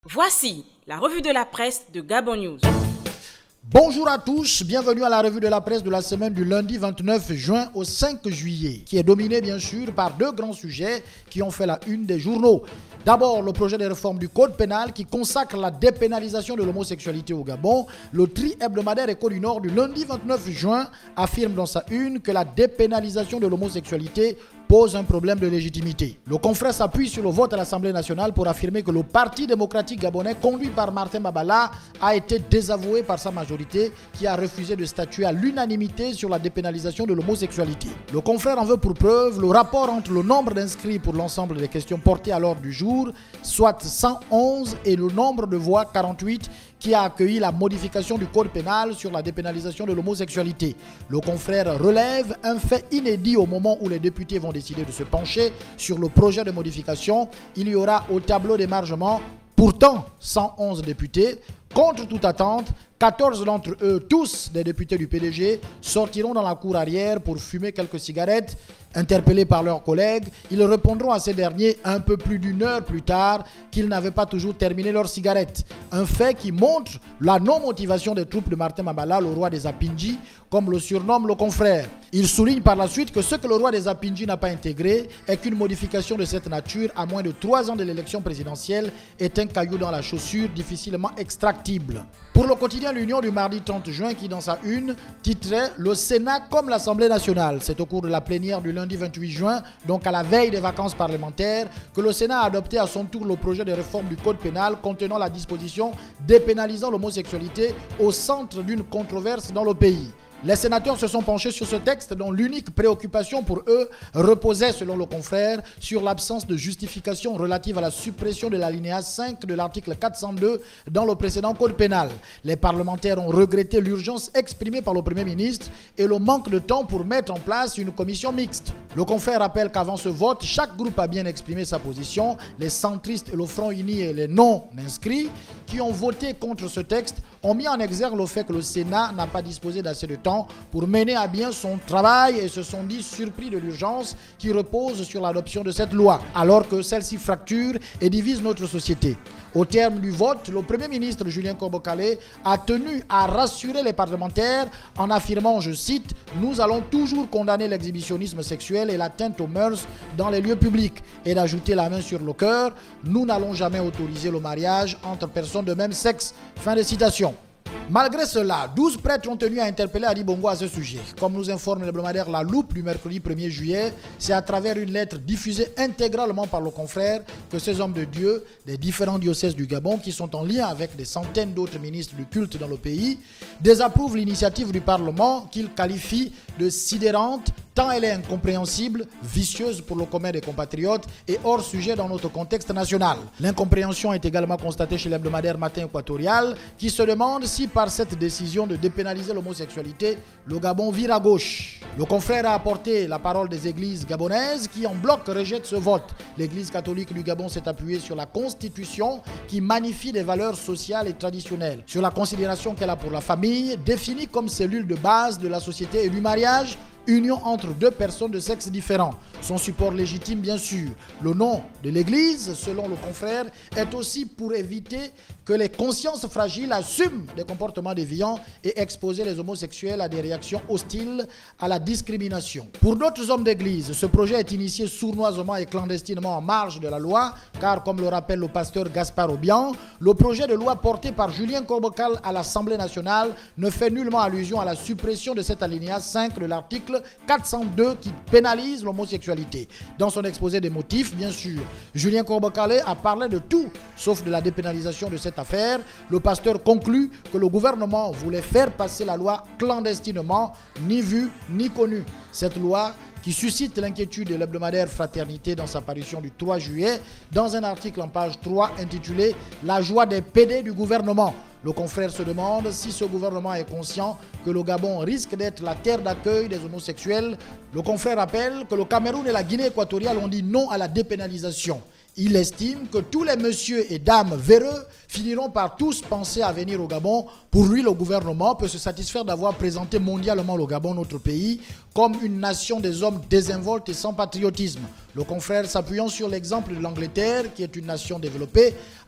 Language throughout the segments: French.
Voici la revue de la presse de Gabon News. Bonjour à tous, bienvenue à la revue de la presse de la semaine du lundi 29 juin au 5 juillet, qui est dominée bien sûr par deux grands sujets qui ont fait la une des journaux. D'abord, le projet de réforme du code pénal qui consacre la dépénalisation de l'homosexualité au Gabon. Le tri-hebdomadaire Écho du Nord du lundi 29 juin affirme dans sa une que la dépénalisation de l'homosexualité pose un problème de légitimité. Le confrère s'appuie sur le vote à l'Assemblée nationale pour affirmer que le Parti démocratique gabonais, conduit par Martin Mabala, a été désavoué par sa majorité qui a refusé de statuer à l'unanimité sur la dépénalisation de l'homosexualité. Le confrère en veut pour preuve le rapport entre le nombre d'inscrits pour l'ensemble des questions portées à l'ordre du jour, soit 111, et le nombre de voix, 48, qui a accueilli la modification du code pénal sur la dépénalisation de l'homosexualité. Le confrère relève un fait inédit au moment où les députés vont décider de se pencher sur le projet de modification. Il y aura au tableau d'émargement pourtant 111 députés. Contre toute attente, 14 d'entre eux, tous des députés du PDG, sortiront dans la cour arrière pour fumer quelques cigarettes. Interpellés par leurs collègues, ils répondront à ces derniers un peu plus d'une heure plus tard qu'ils n'avaient pas toujours terminé leurs cigarettes. Un fait qui montre la non-motivation des troupes de Martin Mabala, le roi des Apindji, comme le surnomme le confrère. Il souligne par la suite que ce que le roi des Apindji n'a pas intégré est qu'une modification de cette nature, à moins de 3 ans de l'élection présidentielle, est un caillou dans la chaussure difficilement extractible. Pour le quotidien L'Union du mardi 30 juin qui, dans sa une, titrait « Le Sénat comme l'Assemblée nationale ». C'est au cours de la plénière du lundi 28 juin, donc à la veille des vacances parlementaires, que le Sénat a adopté à son tour le projet de réforme du code pénal contenant la disposition dépénalisant l'homosexualité au centre d'une controverse dans le pays. Les sénateurs se sont penchés sur ce texte dont l'unique préoccupation pour eux reposait, selon le confrère, sur l'absence de justification relative à la suppression de l'alinéa 5 de l'article 402 dans le précédent code pénal. Les parlementaires ont regretté l'urgence exprimée par le Premier ministre et le manque de temps pour mettre en place une commission mixte. Le confrère rappelle qu'avant ce vote, chaque groupe a bien exprimé sa position. Les centristes et le Front uni et les non-inscrits qui ont voté contre ce texte ont mis en exergue le fait que le Sénat n'a pas disposé d'assez de temps pour mener à bien son travail et se sont dit surpris de l'urgence qui repose sur l'adoption de cette loi, alors que celle-ci fracture et divise notre société. Au terme du vote, le Premier ministre Julien Korbokale a tenu à rassurer les parlementaires en affirmant, je cite, « Nous allons toujours condamner l'exhibitionnisme sexuel et l'atteinte aux mœurs dans les lieux publics » et d'ajouter la main sur le cœur, « Nous n'allons jamais autoriser le mariage entre personnes de même sexe ». Fin de citation. Malgré cela, 12 prêtres ont tenu à interpeller Ali Bongo à ce sujet. Comme nous informe l'hebdomadaire La Loupe du mercredi 1er juillet, c'est à travers une lettre diffusée intégralement par le confrère que ces hommes de Dieu des différents diocèses du Gabon, qui sont en lien avec des centaines d'autres ministres du culte dans le pays, désapprouvent l'initiative du Parlement qu'ils qualifient de sidérante, tant elle est incompréhensible, vicieuse pour le commun des compatriotes et hors sujet dans notre contexte national. L'incompréhension est également constatée chez l'hebdomadaire Matin Équatorial, qui se demande si par cette décision de dépénaliser l'homosexualité, le Gabon vire à gauche. Le confrère a apporté la parole des églises gabonaises qui en bloc rejettent ce vote. L'église catholique du Gabon s'est appuyée sur la Constitution qui magnifie des valeurs sociales et traditionnelles, sur la considération qu'elle a pour la famille, définie comme cellule de base de la société, et du mariage, union entre deux personnes de sexe différents. Son support légitime, bien sûr. Le nom de l'Église, selon le confrère, est aussi pour éviter que les consciences fragiles assument des comportements déviants et exposer les homosexuels à des réactions hostiles à la discrimination. Pour d'autres hommes d'Église, ce projet est initié sournoisement et clandestinement en marge de la loi, car comme le rappelle le pasteur Gaspard Obian, le projet de loi porté par Julien Korbokale à l'Assemblée nationale ne fait nullement allusion à la suppression de cet alinéa 5 de l'article 402 qui pénalise l'homosexualité. Dans son exposé des motifs, bien sûr, Julien Korbokale a parlé de tout, sauf de la dépénalisation de cette affaire. Le pasteur conclut que le gouvernement voulait faire passer la loi clandestinement, ni vue ni connue. Cette loi qui suscite l'inquiétude de l'hebdomadaire Fraternité dans sa parution du 3 juillet, dans un article en page 3 intitulé « La joie des PD du gouvernement ». Le confrère se demande si ce gouvernement est conscient que le Gabon risque d'être la terre d'accueil des homosexuels. Le confrère rappelle que le Cameroun et la Guinée équatoriale ont dit non à la dépénalisation. Il estime que tous les messieurs et dames véreux finiront par tous penser à venir au Gabon. Pour lui, le gouvernement peut se satisfaire d'avoir présenté mondialement le Gabon, notre pays, comme une nation des hommes désinvoltes et sans patriotisme. Le confrère, s'appuyant sur l'exemple de l'Angleterre, qui est une nation développée,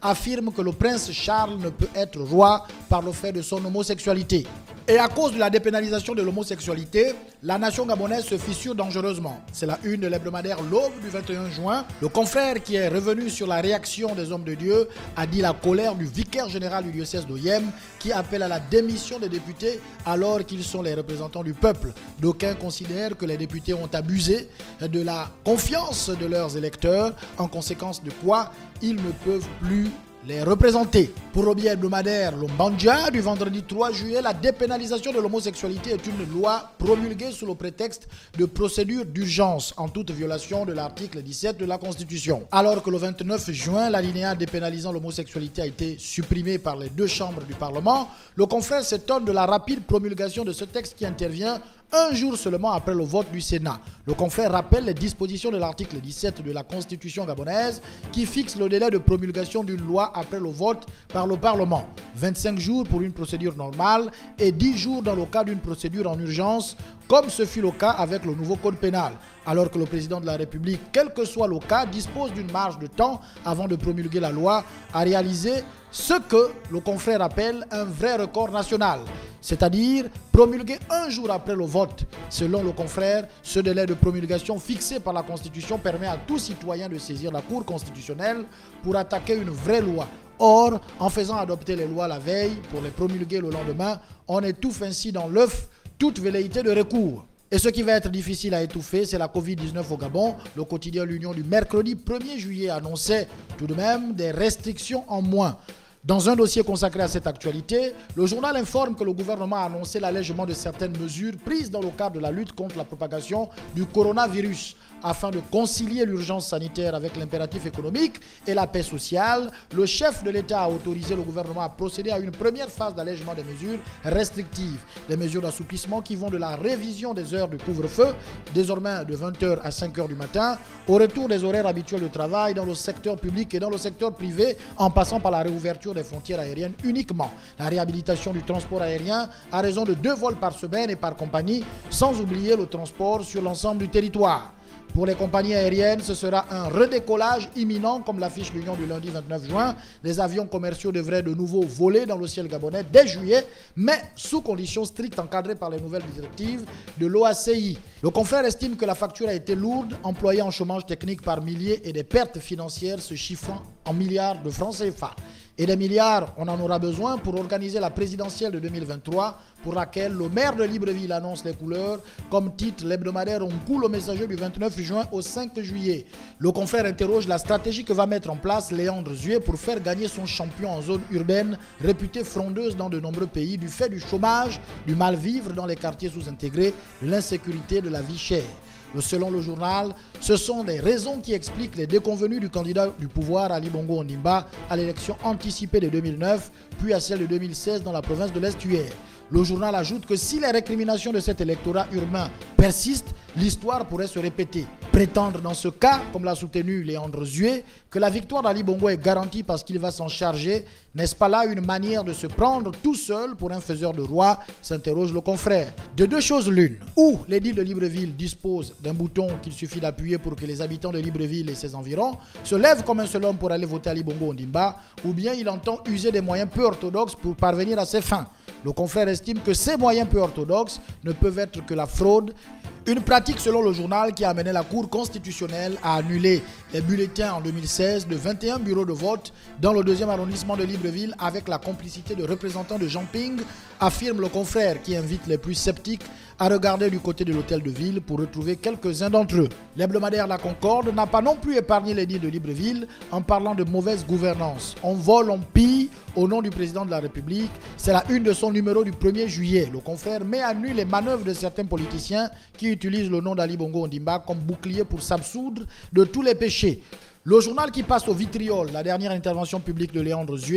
affirme que le prince Charles ne peut être roi par le fait de son homosexualité. Et à cause de la dépénalisation de l'homosexualité, la nation gabonaise se fissure dangereusement. C'est la une de l'hebdomadaire L'Aube du 21 juin. Le confrère qui est revenu sur la réaction des hommes de Dieu a dit la colère du vicaire général du diocèse d'Oyem qui appelle à la démission des députés alors qu'ils sont les représentants du peuple. D'aucuns considèrent que les députés ont abusé de la confiance de leurs électeurs, en conséquence de quoi ils ne peuvent plus les représenter. Pour le biais hebdomadaire Lombanja du vendredi 3 juillet, la dépénalisation de l'homosexualité est une loi promulguée sous le prétexte de procédure d'urgence en toute violation de l'article 17 de la Constitution. Alors que le 29 juin, l'alinéa dépénalisant l'homosexualité a été supprimé par les deux chambres du Parlement, le confrère s'étonne de la rapide promulgation de ce texte qui intervient un jour seulement après le vote du Sénat. Le confrère rappelle les dispositions de l'article 17 de la Constitution gabonaise qui fixe le délai de promulgation d'une loi après le vote par le Parlement. 25 jours pour une procédure normale et 10 jours dans le cas d'une procédure en urgence, comme ce fut le cas avec le nouveau code pénal. Alors que le président de la République, quel que soit le cas, dispose d'une marge de temps avant de promulguer la loi à réaliser ce que le confrère appelle un vrai record national, c'est-à-dire promulguer un jour après le vote. Selon le confrère, ce délai de promulgation fixé par la Constitution permet à tout citoyen de saisir la Cour constitutionnelle pour attaquer une vraie loi. Or, en faisant adopter les lois la veille pour les promulguer le lendemain, on étouffe ainsi dans l'œuf toute velléité de recours. Et ce qui va être difficile à étouffer, c'est la Covid-19 au Gabon. Le quotidien L'Union du mercredi 1er juillet annonçait tout de même des restrictions en moins. Dans un dossier consacré à cette actualité, le journal informe que le gouvernement a annoncé l'allègement de certaines mesures prises dans le cadre de la lutte contre la propagation du coronavirus. Afin de concilier l'urgence sanitaire avec l'impératif économique et la paix sociale, le chef de l'État a autorisé le gouvernement à procéder à une première phase d'allègement des mesures restrictives. Des mesures d'assouplissement qui vont de la révision des heures de couvre-feu, désormais de 20h à 5h du matin, au retour des horaires habituels de travail dans le secteur public et dans le secteur privé, en passant par la réouverture des frontières aériennes uniquement. La réhabilitation du transport aérien à raison de 2 vols par semaine et par compagnie, sans oublier le transport sur l'ensemble du territoire. Pour les compagnies aériennes, ce sera un redécollage imminent, comme l'affiche l'Union du lundi 29 juin. Les avions commerciaux devraient de nouveau voler dans le ciel gabonais dès juillet, mais sous conditions strictes encadrées par les nouvelles directives de l'OACI. Le confrère estime que la facture a été lourde, employée en chômage technique par milliers et des pertes financières se chiffrant en milliards de francs CFA. Et des milliards, on en aura besoin pour organiser la présidentielle de 2023, pour laquelle le maire de Libreville annonce les couleurs, comme titre l'hebdomadaire Onkou, le messager du 29 juin au 5 juillet. Le confrère interroge la stratégie que va mettre en place Léandre Zué pour faire gagner son champion en zone urbaine, réputée frondeuse dans de nombreux pays, du fait du chômage, du mal-vivre dans les quartiers sous-intégrés, de l'insécurité, de la vie chère. Selon le journal, ce sont des raisons qui expliquent les déconvenues du candidat du pouvoir Ali Bongo Ondimba à l'élection anticipée de 2009, puis à celle de 2016 dans la province de l'Estuaire. Le journal ajoute que si les récriminations de cet électorat urbain persistent, l'histoire pourrait se répéter. Prétendre dans ce cas, comme l'a soutenu Léandre Zué, que la victoire d'Ali Bongo est garantie parce qu'il va s'en charger, n'est-ce pas là une manière de se prendre tout seul pour un faiseur de roi, s'interroge le confrère. De deux choses l'une, ou l'édile de Libreville dispose d'un bouton qu'il suffit d'appuyer pour que les habitants de Libreville et ses environs se lèvent comme un seul homme pour aller voter Ali Bongo Ondimba, ou bien il entend user des moyens peu orthodoxes pour parvenir à ses fins. Le confrère estime que ces moyens peu orthodoxes ne peuvent être que la fraude, une pratique selon le journal qui a amené la Cour constitutionnelle à annuler les bulletins en 2016 de 21 bureaux de vote dans le 2e arrondissement de Libreville avec la complicité de représentants de Jean Ping, affirme le confrère qui invite les plus sceptiques à regarder du côté de l'hôtel de ville pour retrouver quelques-uns d'entre eux. L'hebdomadaire La Concorde n'a pas non plus épargné l'édile de Libreville en parlant de mauvaise gouvernance. On vole, on pille au nom du président de la République. C'est la une de son numéro du 1er juillet. Le confrère met à nu les manœuvres de certains politiciens qui utilisent le nom d'Ali Bongo Ondimba comme bouclier pour s'absoudre de tous les péchés. Le journal qui passe au vitriol, la dernière intervention publique de Léandre Zué,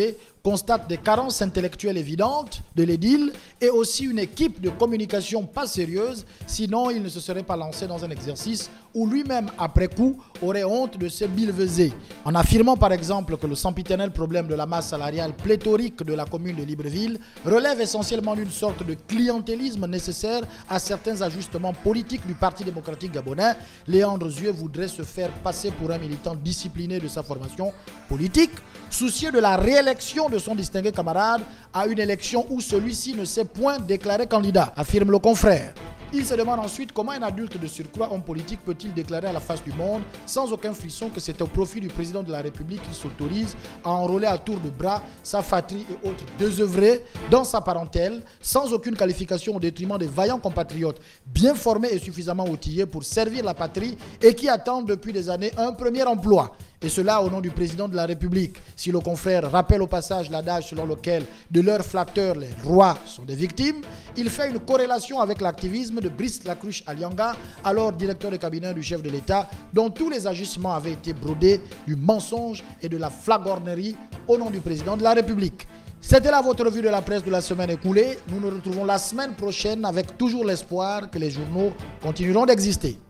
constate des carences intellectuelles évidentes de l'édile et aussi une équipe de communication pas sérieuse, sinon il ne se serait pas lancé dans un exercice où lui-même, après coup, aurait honte de ses billevesées. En affirmant par exemple que le sempiternel problème de la masse salariale pléthorique de la commune de Libreville relève essentiellement d'une sorte de clientélisme nécessaire à certains ajustements politiques du Parti démocratique gabonais, Léandre Zieux voudrait se faire passer pour un militant discipliné de sa formation politique, soucieux de la réélection de son distingué camarade à une élection où celui-ci ne s'est point déclaré candidat, affirme le confrère. Il se demande ensuite comment un adulte de surcroît homme politique peut-il déclarer à la face du monde, sans aucun frisson, que c'est au profit du président de la République qu'il s'autorise à enrôler à tour de bras sa fatrie et autres désœuvrés dans sa parentèle, sans aucune qualification au détriment des vaillants compatriotes bien formés et suffisamment outillés pour servir la patrie et qui attendent depuis des années un premier emploi. Et cela au nom du président de la République. Si le confrère rappelle au passage l'adage selon lequel de leurs flatteurs les rois sont des victimes, il fait une corrélation avec l'activisme de Brice Lacruche Alianga, alors directeur de cabinet du chef de l'État, dont tous les agissements avaient été brodés du mensonge et de la flagornerie au nom du président de la République. C'était là votre revue de la presse de la semaine écoulée. Nous nous retrouvons la semaine prochaine avec toujours l'espoir que les journaux continueront d'exister.